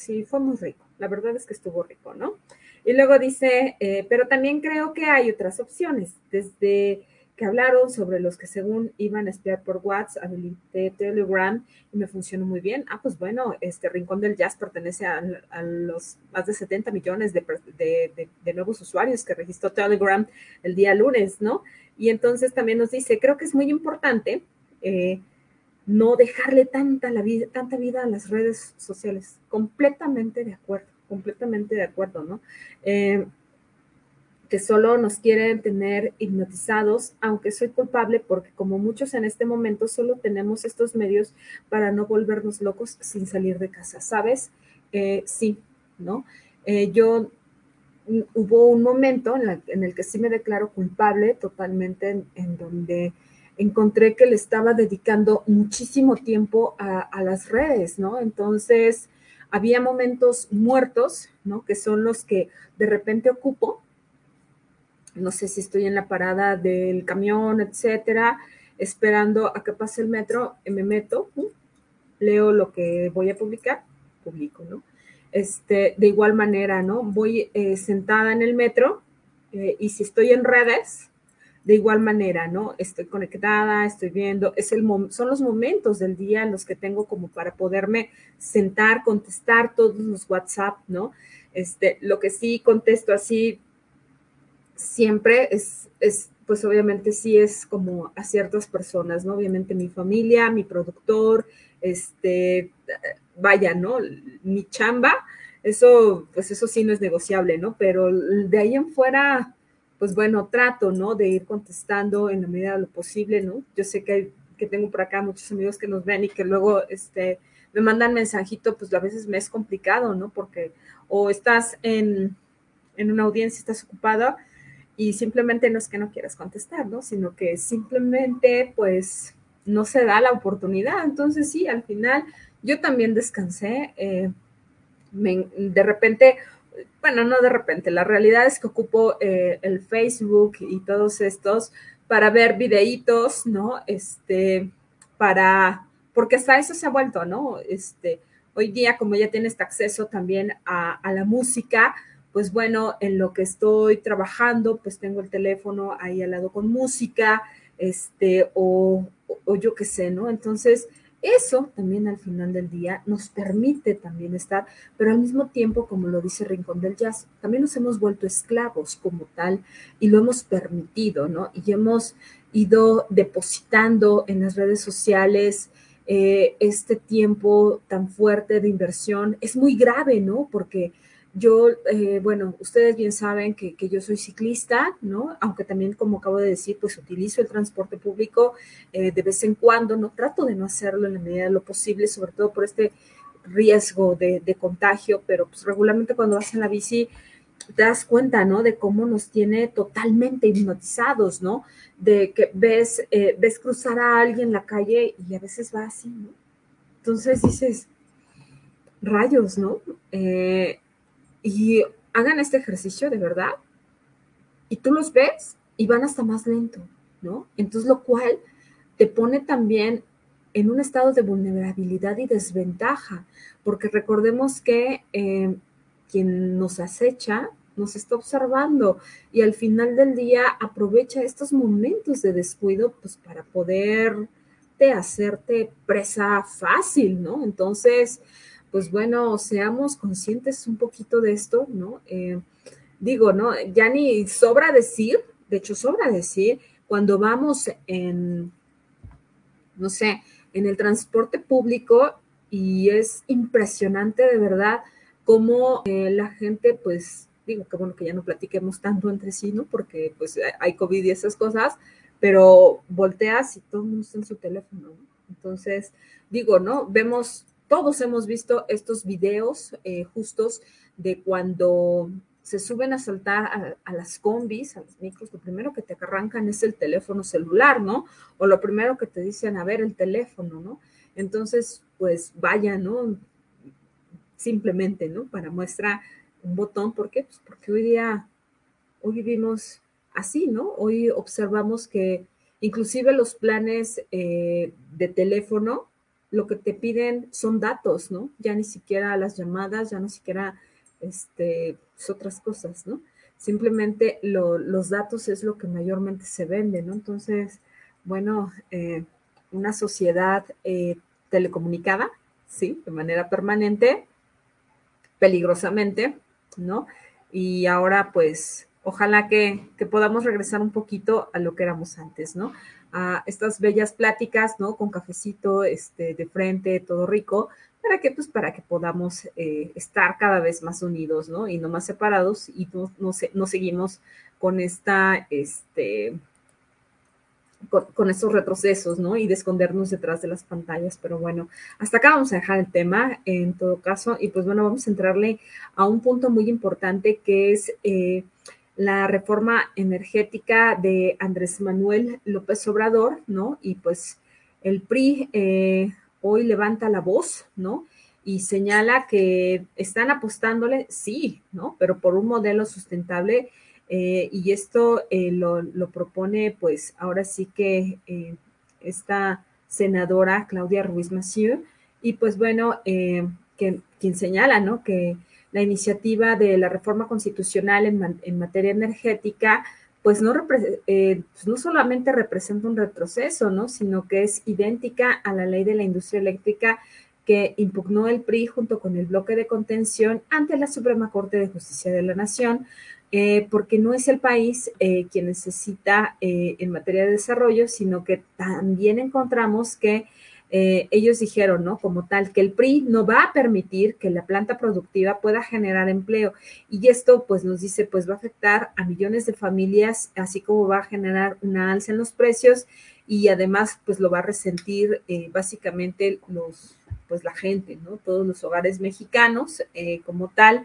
Speaker 4: sí, fue muy rico. La verdad es que estuvo rico, ¿no? Y luego dice, eh, pero también creo que hay otras opciones. Desde que hablaron sobre los que según iban a espiar por WhatsApp, habilité Telegram y me funcionó muy bien. Ah, pues bueno, este Rincón del Jazz pertenece a, a los más de setenta millones de, de, de, de nuevos usuarios que registró Telegram el día lunes, ¿no? Y entonces también nos dice, creo que es muy importante eh, no dejarle tanta, la vida, tanta vida a las redes sociales. Completamente de acuerdo, completamente de acuerdo, ¿no? Eh, que solo nos quieren tener hipnotizados, aunque soy culpable porque como muchos en este momento solo tenemos estos medios para no volvernos locos sin salir de casa, ¿sabes? Eh, sí, ¿no? Eh, yo hubo un momento en, la, en el que sí me declaro culpable totalmente, en, en donde encontré que le estaba dedicando muchísimo tiempo a, a las redes, ¿no? Entonces, había momentos muertos, ¿no? Que son los que de repente ocupo. No sé si estoy en la parada del camión, etcétera, esperando a que pase el metro, me meto, uh, leo lo que voy a publicar, publico, ¿no? Este, de igual manera, ¿no? Voy eh, sentada en el metro eh, y si estoy en redes, de igual manera, ¿no? Estoy conectada, estoy viendo, es el son los momentos del día en los que tengo como para poderme sentar, contestar todos los WhatsApp, ¿no? Este, lo que sí contesto así siempre es, es, pues obviamente sí es como a ciertas personas, ¿no? Obviamente mi familia, mi productor, este, vaya, ¿no? Mi chamba, eso, pues eso sí no es negociable, ¿no? Pero de ahí en fuera, pues bueno, trato, ¿no? De ir contestando en la medida de lo posible, ¿no? Yo sé que, hay, que tengo por acá muchos amigos que nos ven y que luego, este, me mandan mensajito, pues a veces me es complicado, ¿no? Porque o estás en, en una audiencia, estás ocupada, y simplemente no es que no quieras contestar, ¿no? Sino que simplemente, pues, no se da la oportunidad. Entonces, sí, al final yo también descansé. Eh, me, de repente, bueno, no de repente, la realidad es que ocupo eh, el Facebook y todos estos para ver videitos, ¿no? Este, para, porque hasta eso se ha vuelto, ¿no? Este, hoy día, como ya tienes acceso también a, a la música, pues bueno, en lo que estoy trabajando, pues tengo el teléfono ahí al lado con música, este, o, o yo qué sé, ¿no? Entonces, eso también al final del día nos permite también estar, pero al mismo tiempo, como lo dice Rincón del Jazz, también nos hemos vuelto esclavos como tal y lo hemos permitido, ¿no? Y hemos ido depositando en las redes sociales eh, este tiempo tan fuerte de inversión. Es muy grave, ¿no? Porque yo, eh, bueno, ustedes bien saben que, que, yo soy ciclista, ¿no? Aunque también, como acabo de decir, pues utilizo el transporte público eh, de vez en cuando, ¿no? Trato de no hacerlo en la medida de lo posible, sobre todo por este riesgo de, de contagio, pero pues regularmente cuando vas en la bici te das cuenta, ¿no? De cómo nos tiene totalmente hipnotizados, ¿no? De que ves, eh, ves cruzar a alguien en la calle y a veces va así, ¿no? Entonces dices, rayos, ¿no? Eh, y hagan este ejercicio de verdad y tú los ves y van hasta más lento, ¿no? Entonces, lo cual te pone también en un estado de vulnerabilidad y desventaja, porque recordemos que eh, quien nos acecha nos está observando y al final del día aprovecha estos momentos de descuido pues para poderte hacerte presa fácil, ¿no? Entonces, pues bueno, seamos conscientes un poquito de esto, ¿no? Eh, digo, ¿no? Ya ni sobra decir, de hecho sobra decir, cuando vamos en, no sé, en el transporte público y es impresionante de verdad cómo eh, la gente, pues, digo, que bueno que ya no platiquemos tanto entre sí, ¿no? Porque pues hay COVID y esas cosas, pero volteas y todo el mundo está en su teléfono, ¿no? Entonces, digo, ¿no? Vemos, todos hemos visto estos videos eh, justos de cuando se suben a saltar a, a las combis, a los micros, lo primero que te arrancan es el teléfono celular, ¿no? O lo primero que te dicen, a ver, el teléfono, ¿no? Entonces, pues vaya, ¿no? Simplemente, ¿no? Para muestra un botón, ¿por qué? Pues porque hoy día, hoy vivimos así, ¿no? Hoy observamos que inclusive los planes eh, de teléfono lo que te piden son datos, ¿no? Ya ni siquiera las llamadas, ya ni siquiera este, pues otras cosas, ¿no? Simplemente lo, los datos es lo que mayormente se vende, ¿no? Entonces, bueno, eh, una sociedad eh, telecomunicada, ¿sí? De manera permanente, peligrosamente, ¿no? Y ahora, pues, ojalá que, que podamos regresar un poquito a lo que éramos antes, ¿no? A estas bellas pláticas, ¿no? Con cafecito este, de frente, todo rico, ¿para qué? Pues para que podamos eh, estar cada vez más unidos, ¿no? Y no más separados y no, no, se, no seguimos con esta, este, con, con estos retrocesos, ¿no? Y de escondernos detrás de las pantallas. Pero bueno, hasta acá vamos a dejar el tema en todo caso. Y pues bueno, vamos a entrarle a un punto muy importante que es eh, la reforma energética de Andrés Manuel López Obrador, ¿no? Y pues el P R I eh, hoy levanta la voz, ¿no? Y señala que están apostándole, sí, ¿no? Pero por un modelo sustentable. Eh, y esto eh, lo, lo propone, pues, ahora sí que eh, esta senadora Claudia Ruiz Massieu, y pues bueno, eh, que, quien señala, ¿no? Que la iniciativa de la reforma constitucional en, en materia energética, pues no, eh, pues no solamente representa un retroceso, ¿no? Sino que es idéntica a la ley de la industria eléctrica que impugnó el P R I junto con el bloque de contención ante la Suprema Corte de Justicia de la Nación, eh, porque no es el país eh, quien necesita eh, en materia de desarrollo, sino que también encontramos que eh, ellos dijeron, ¿no? Como tal, que el P R I no va a permitir que la planta productiva pueda generar empleo. Y esto, pues, nos dice, pues, va a afectar a millones de familias, así como va a generar una alza en los precios y además, pues, lo va a resentir eh, básicamente los, pues, la gente, ¿no? Todos los hogares mexicanos eh, como tal.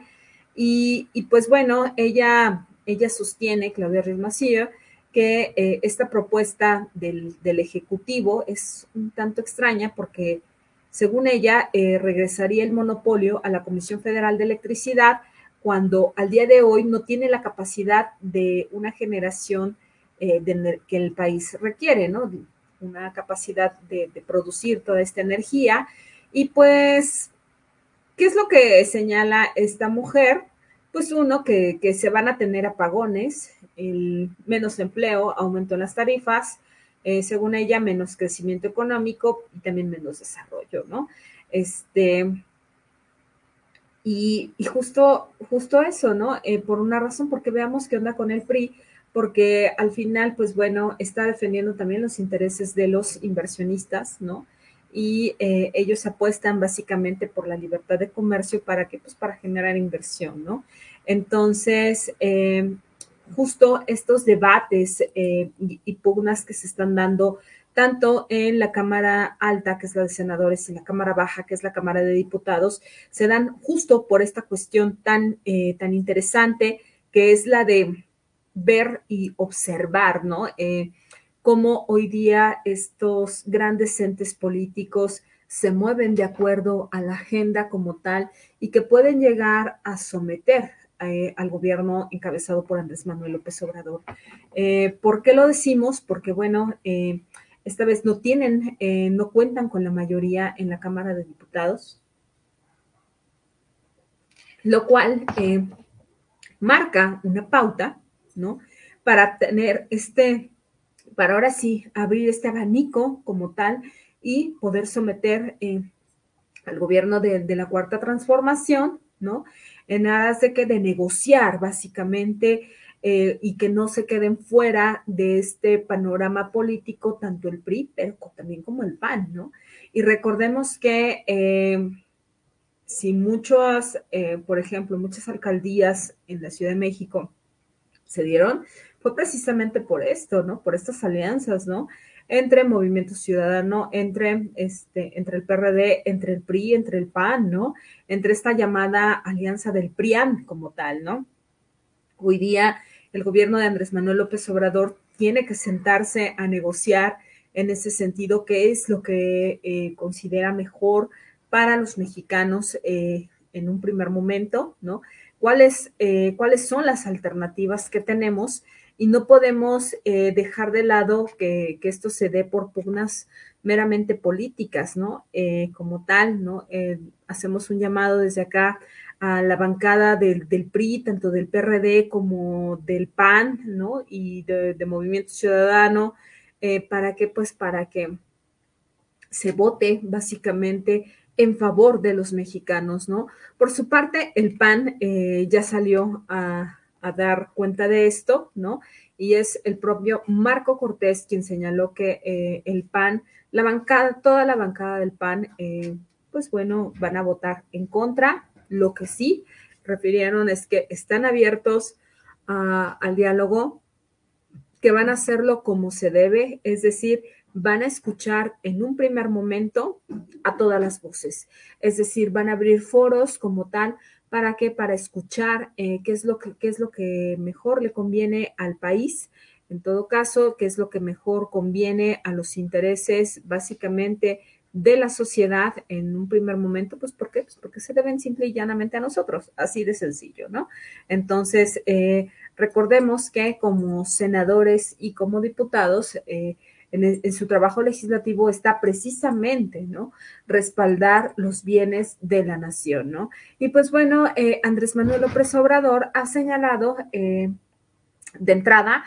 Speaker 4: Y, y pues bueno, ella, ella sostiene, Claudia Ruiz Massieu, que eh, esta propuesta del, del Ejecutivo es un tanto extraña porque, según ella, eh, regresaría el monopolio a la Comisión Federal de Electricidad cuando al día de hoy no tiene la capacidad de una generación eh, de, que el país requiere, ¿no? Una capacidad de, de producir toda esta energía. Y pues, ¿qué es lo que señala esta mujer? Pues uno, que, que se van a tener apagones, el menos empleo, aumento en las tarifas, eh, según ella, menos crecimiento económico y también menos desarrollo, ¿no? Este, y, y justo, justo eso, ¿no? Eh, por una razón, porque veamos qué onda con el P R I, porque al final, pues bueno, está defendiendo también los intereses de los inversionistas, ¿no? Y eh, ellos apuestan básicamente por la libertad de comercio para que, pues, para generar inversión, ¿no? Entonces, eh, justo estos debates eh, y, y pugnas que se están dando tanto en la Cámara Alta, que es la de senadores, y la Cámara Baja, que es la Cámara de Diputados, se dan justo por esta cuestión tan, eh, tan interesante, que es la de ver y observar, ¿no? Eh, cómo hoy día estos grandes entes políticos se mueven de acuerdo a la agenda como tal y que pueden llegar a someter eh, al gobierno encabezado por Andrés Manuel López Obrador. Eh, ¿Por qué lo decimos? Porque, bueno, eh, esta vez no tienen, eh, no cuentan con la mayoría en la Cámara de Diputados, lo cual eh, marca una pauta, ¿no? Para tener este... para ahora sí abrir este abanico como tal y poder someter eh, al gobierno de, de la Cuarta Transformación, ¿no? En aras de que de negociar básicamente eh, y que no se queden fuera de este panorama político tanto el P R I, pero también como el P A N, ¿no? Y recordemos que eh, si muchas, eh, por ejemplo, muchas alcaldías en la Ciudad de México se dieron, fue precisamente por esto, ¿no? Por estas alianzas, ¿no? Entre Movimiento Ciudadano, entre, este, entre el P R D, entre el P R I, entre el P A N, ¿no? Entre esta llamada alianza del P R I A N como tal, ¿no? Hoy día el gobierno de Andrés Manuel López Obrador tiene que sentarse a negociar en ese sentido qué es lo que eh, considera mejor para los mexicanos eh, en un primer momento, ¿no? cuáles, eh, cuáles son las alternativas que tenemos y no podemos eh, dejar de lado que, que esto se dé por pugnas meramente políticas, ¿no? Eh, como tal, ¿no? Eh, hacemos un llamado desde acá a la bancada del, del P R I, tanto del P R D como del P A N, ¿no? Y de, de Movimiento Ciudadano, eh, para que, pues, para que se vote básicamente en favor de los mexicanos, ¿no? Por su parte, el P A N eh, ya salió a, a dar cuenta de esto, ¿no? Y es el propio Marco Cortés quien señaló que eh, el P A N, la bancada, toda la bancada del P A N, eh, pues bueno, van a votar en contra. Lo que sí refirieron es que están abiertos uh, al diálogo, que van a hacerlo como se debe, es decir, van a escuchar en un primer momento a todas las voces, es decir, van a abrir foros como tal, ¿para qué? Para escuchar eh, qué es lo que, qué es lo que mejor le conviene al país, en todo caso, qué es lo que mejor conviene a los intereses básicamente de la sociedad en un primer momento. Pues ¿por qué? Pues porque se deben simple y llanamente a nosotros, así de sencillo, ¿no? Entonces, eh, recordemos que como senadores y como diputados, eh, en, el, en su trabajo legislativo está precisamente, ¿no? Respaldar los bienes de la nación, ¿no? Y pues bueno, eh, Andrés Manuel López Obrador ha señalado eh, de entrada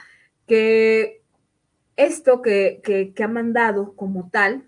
Speaker 4: que esto que, que, que ha mandado como tal,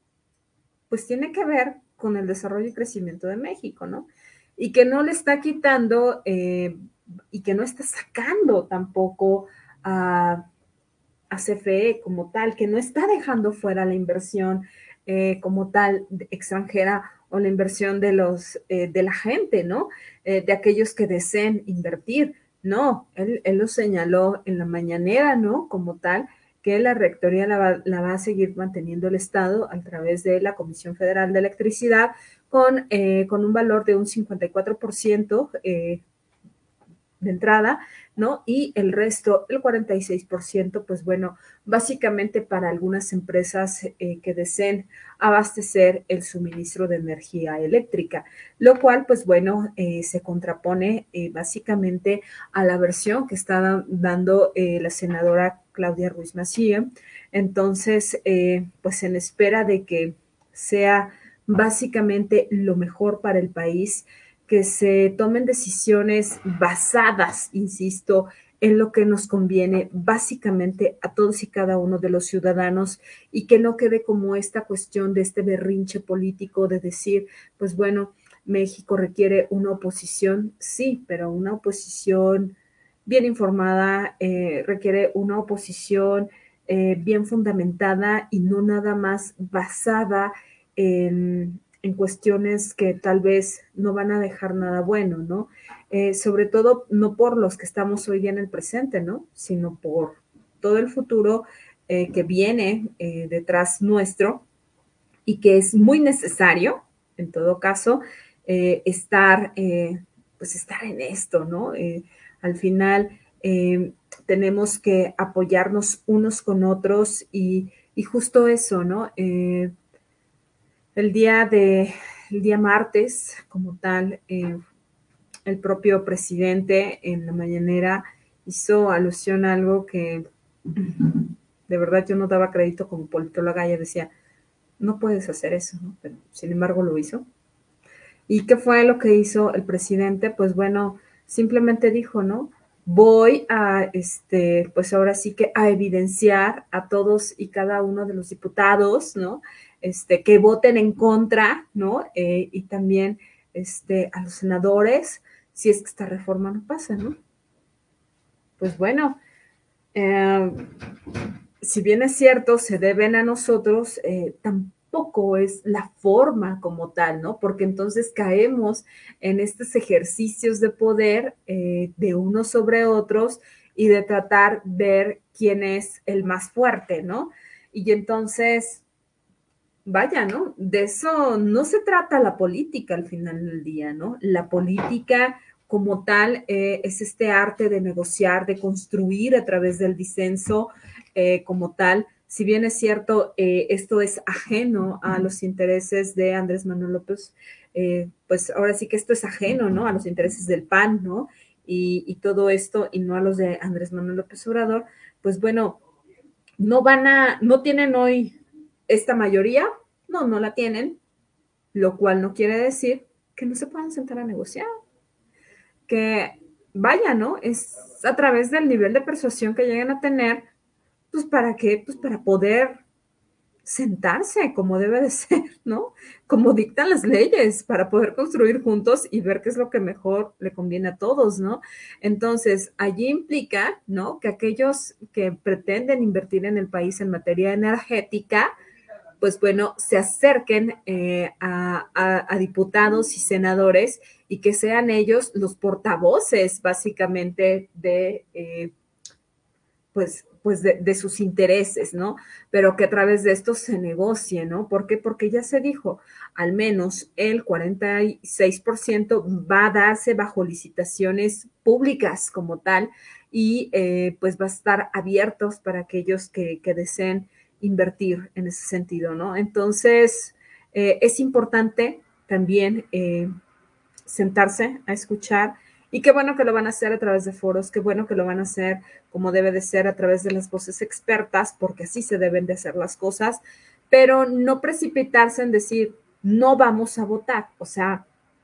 Speaker 4: pues tiene que ver con el desarrollo y crecimiento de México, ¿no? Y que no le está quitando eh, y que no está sacando tampoco a, a C F E como tal, que no está dejando fuera la inversión eh, como tal extranjera o la inversión de los eh, de la gente, ¿no? Eh, de aquellos que deseen invertir. No, él, él lo señaló en la mañanera, ¿no? Como tal, que la rectoría la va, la va a seguir manteniendo el Estado a través de la Comisión Federal de Electricidad con, eh, con un valor de un cincuenta y cuatro por ciento eh, de entrada, ¿no? Y el resto, el cuarenta y seis por ciento, pues bueno, básicamente para algunas empresas eh, que deseen abastecer el suministro de energía eléctrica, lo cual, pues bueno, eh, se contrapone eh, básicamente a la versión que está dando eh, la senadora Claudia Ruiz Massieu. Entonces, eh, pues en espera de que sea básicamente lo mejor para el país, que se tomen decisiones basadas, insisto, en lo que nos conviene básicamente a todos y cada uno de los ciudadanos y que no quede como esta cuestión de este berrinche político de decir, pues bueno, México requiere una oposición, sí, pero una oposición bien informada, eh, requiere una oposición eh, bien fundamentada y no nada más basada en en cuestiones que tal vez no van a dejar nada bueno, ¿no? Eh, sobre todo no por los que estamos hoy día en el presente, ¿no? Sino por todo el futuro eh, que viene eh, detrás nuestro y que es muy necesario, en todo caso, eh, estar, eh, pues estar en esto, ¿no? Eh, al final eh, tenemos que apoyarnos unos con otros y, y justo eso, ¿no? Eh, El día de, el día martes, como tal, eh, el propio presidente en la mañanera hizo alusión a algo que de verdad yo no daba crédito como politóloga. Ella decía, no puedes hacer eso, ¿no? Pero sin embargo lo hizo. ¿Y qué fue lo que hizo el presidente? Pues bueno, simplemente dijo, ¿no? Voy a, este, pues ahora sí que a evidenciar a todos y cada uno de los diputados, ¿no? Este, que voten en contra, ¿no? Eh, y también este, a los senadores, si es que esta reforma no pasa, ¿no? Pues bueno, eh, si bien es cierto, se deben a nosotros, eh, tampoco es la forma como tal, ¿no? Porque entonces caemos en estos ejercicios de poder eh, de unos sobre otros y de tratar de ver quién es el más fuerte, ¿no? Y entonces vaya, ¿no? De eso no se trata la política al final del día, ¿no? La política como tal eh, es este arte de negociar, de construir a través del disenso eh, como tal, si bien es cierto, eh, esto es ajeno a los intereses de Andrés Manuel López, eh, pues ahora sí que esto es ajeno, ¿no? A los intereses del P A N, ¿no? Y, y todo esto, y no a los de Andrés Manuel López Obrador, pues bueno, no van a, no tienen hoy esta mayoría, no, no la tienen, lo cual no quiere decir que no se puedan sentar a negociar, que vaya, ¿no? Es a través del nivel de persuasión que lleguen a tener, pues para qué, pues para poder sentarse como debe de ser, ¿no? Como dictan las leyes, para poder construir juntos y ver qué es lo que mejor le conviene a todos, ¿no? Entonces, allí implica, ¿no? Que aquellos que pretenden invertir en el país en materia energética, pues bueno, se acerquen eh, a, a, a diputados y senadores y que sean ellos los portavoces, básicamente, de... Eh, pues, pues de, de, sus intereses, ¿no? Pero que a través de esto se negocie, ¿no? ¿Por qué? Porque ya se dijo, al menos el cuarenta y seis por ciento va a darse bajo licitaciones públicas como tal y eh, pues va a estar abiertos para aquellos que, que deseen invertir en ese sentido, ¿no? Entonces, eh, es importante también eh, sentarse a escuchar. Y qué bueno que lo van a hacer a través de foros, qué bueno que lo van a hacer como debe de ser a través de las voces expertas, porque así se deben de hacer las cosas, pero no precipitarse en decir, no vamos a votar. O sea,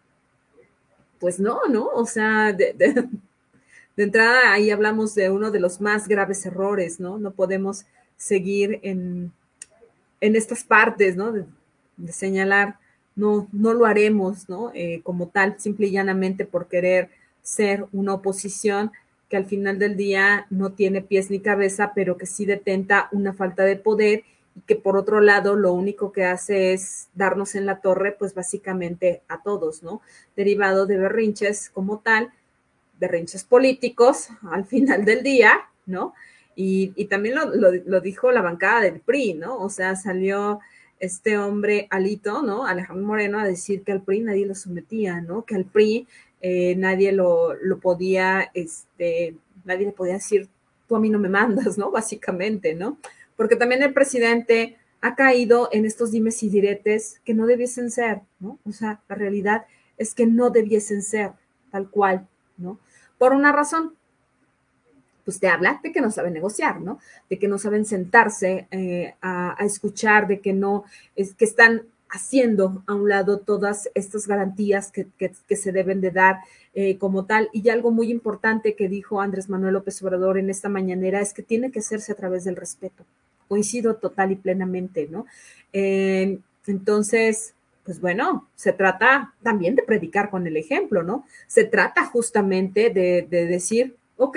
Speaker 4: pues no, ¿no? O sea, de, de, de entrada ahí hablamos de uno de los más graves errores, ¿no? No podemos seguir en, en estas partes, ¿no? De, de señalar, no, no lo haremos, ¿no? Eh, como tal, simple y llanamente por querer ser una oposición que al final del día no tiene pies ni cabeza, pero que sí detenta una falta de poder y que por otro lado lo único que hace es darnos en la torre, pues básicamente a todos, ¿no? Derivado de berrinches como tal, berrinches políticos al final del día, ¿no? Y, y también lo, lo, lo dijo la bancada del P R I, ¿no? O sea, salió este hombre Alito, ¿no? Alejandro Moreno, a decir que al P R I nadie lo sometía, ¿no? Que al P R I eh, nadie lo, lo podía, este, nadie le podía decir, tú a mí no me mandas, ¿no? Básicamente, ¿no? Porque también el presidente ha caído en estos dimes y diretes que no debiesen ser, ¿no? O sea, la realidad es que no debiesen ser tal cual, ¿no? Por una razón, pues te habla de que no saben negociar, ¿no? De que no saben sentarse eh, a, a escuchar, de que no, es que están haciendo a un lado todas estas garantías que, que, que se deben de dar eh, como tal. Y algo muy importante que dijo Andrés Manuel López Obrador en esta mañanera es que tiene que hacerse a través del respeto. Coincido total y plenamente, ¿no? Eh, entonces, pues bueno, se trata también de predicar con el ejemplo, ¿no? Se trata justamente de, de decir, ok,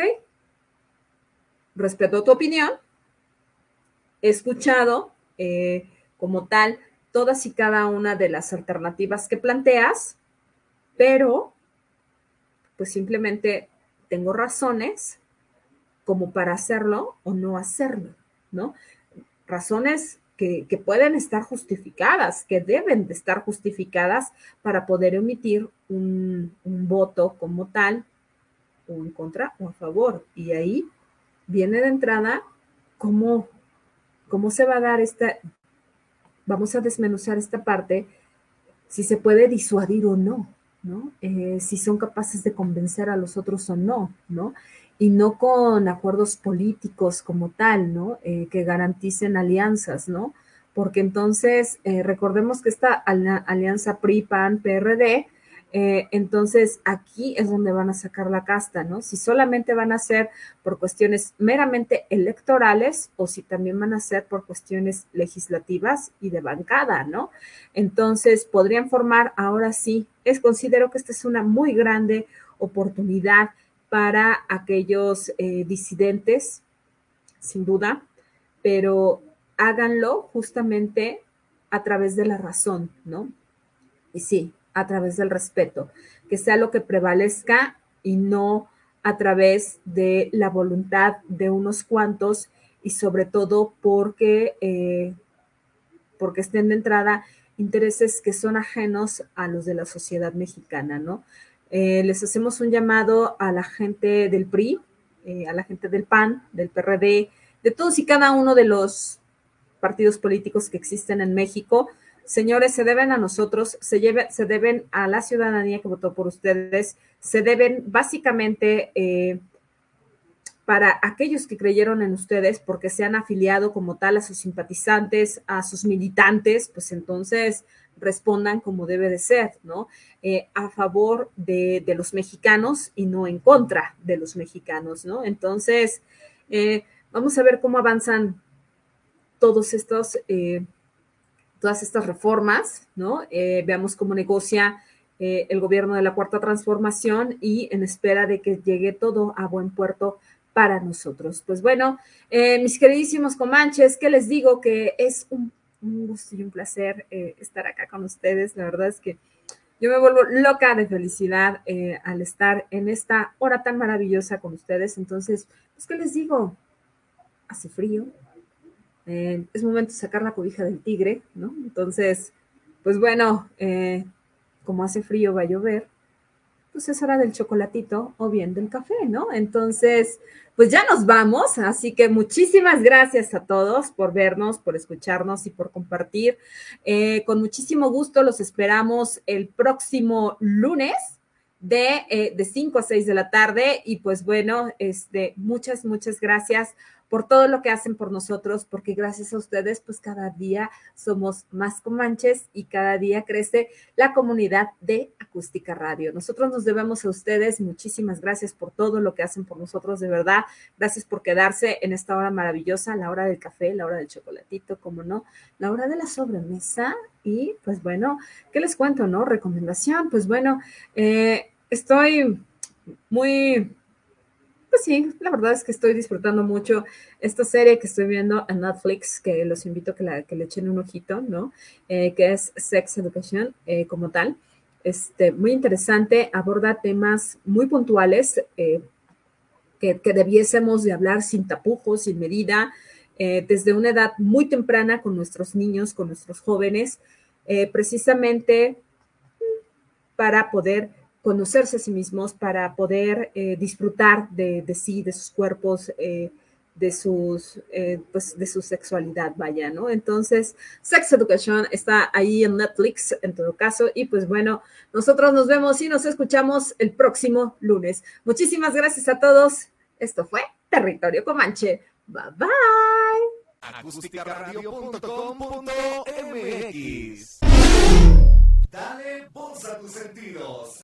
Speaker 4: respeto tu opinión, he escuchado eh, como tal todas y cada una de las alternativas que planteas, pero pues simplemente tengo razones como para hacerlo o no hacerlo, ¿no? Razones que, que pueden estar justificadas, que deben de estar justificadas para poder emitir un, un voto como tal, o en contra o a favor. Y ahí viene de entrada cómo, cómo se va a dar esta, vamos a desmenuzar esta parte, si se puede disuadir o no, ¿no? Eh, si son capaces de convencer a los otros o no, ¿no? Y no con acuerdos políticos como tal, ¿no? Eh, que garanticen alianzas, ¿no? Porque entonces, eh, recordemos que esta alianza P R I, P A N, P R D, eh, entonces aquí es donde van a sacar la casta, ¿no? Si solamente van a ser por cuestiones meramente electorales o si también van a ser por cuestiones legislativas y de bancada, ¿no? Entonces podrían formar, ahora sí, es, considero que esta es una muy grande oportunidad para aquellos eh, disidentes, sin duda, pero háganlo justamente a través de la razón, ¿no? Y sí, a través del respeto, que sea lo que prevalezca y no a través de la voluntad de unos cuantos y sobre todo porque, eh, porque estén de entrada intereses que son ajenos a los de la sociedad mexicana, ¿no? Eh, les hacemos un llamado a la gente del P R I, eh, a la gente del P A N, del P R D, de todos y cada uno de los partidos políticos que existen en México, señores, se deben a nosotros, se, lleve, se deben a la ciudadanía que votó por ustedes, se deben básicamente eh, para aquellos que creyeron en ustedes porque se han afiliado como tal a sus simpatizantes, a sus militantes, pues entonces respondan como debe de ser, ¿no? Eh, a favor de, de los mexicanos y no en contra de los mexicanos, ¿no? Entonces, eh, vamos a ver cómo avanzan todos estos... Eh, todas estas reformas, ¿no? Eh, veamos cómo negocia eh, el gobierno de la Cuarta Transformación y en espera de que llegue todo a buen puerto para nosotros. Pues bueno, eh, mis queridísimos comanches, ¿qué les digo? Que es un, un gusto y un placer eh, estar acá con ustedes. La verdad es que yo me vuelvo loca de felicidad eh, al estar en esta hora tan maravillosa con ustedes. Entonces, pues, ¿qué les digo? Hace frío. Eh, es momento de sacar la cobija del tigre, ¿no? Entonces, pues bueno, eh, como hace frío, va a llover, pues es hora del chocolatito o bien del café, ¿no? Entonces, pues ya nos vamos, así que muchísimas gracias a todos por vernos, por escucharnos y por compartir. Eh, con muchísimo gusto los esperamos el próximo lunes de, eh, de cinco a seis de la tarde y pues bueno, este, muchas, muchas gracias por todo lo que hacen por nosotros, porque gracias a ustedes, pues cada día somos más comanches y cada día crece la comunidad de Acústica Radio. Nosotros nos debemos a ustedes, muchísimas gracias por todo lo que hacen por nosotros, de verdad. Gracias por quedarse en esta hora maravillosa, la hora del café, la hora del chocolatito, como no, la hora de la sobremesa. Y pues bueno, ¿qué les cuento, no? Recomendación, pues bueno, eh, estoy muy... Pues sí, la verdad es que estoy disfrutando mucho esta serie que estoy viendo en Netflix, que los invito a que, la, que le echen un ojito, ¿no? Eh, que es Sex Education eh, como tal. Este, muy interesante, aborda temas muy puntuales eh, que, que debiésemos de hablar sin tapujos, sin medida, eh, desde una edad muy temprana con nuestros niños, con nuestros jóvenes, eh, precisamente para poder conocerse a sí mismos, para poder eh, disfrutar de, de sí, de sus cuerpos, eh, de, sus, eh, pues de su sexualidad, vaya, ¿no? Entonces, Sex Education está ahí en Netflix, en todo caso, y pues bueno, nosotros nos vemos y nos escuchamos el próximo lunes. Muchísimas gracias a todos. Esto fue Territorio Comanche. Bye, bye.
Speaker 5: acústica radio punto com punto m x Dale voz a tus sentidos.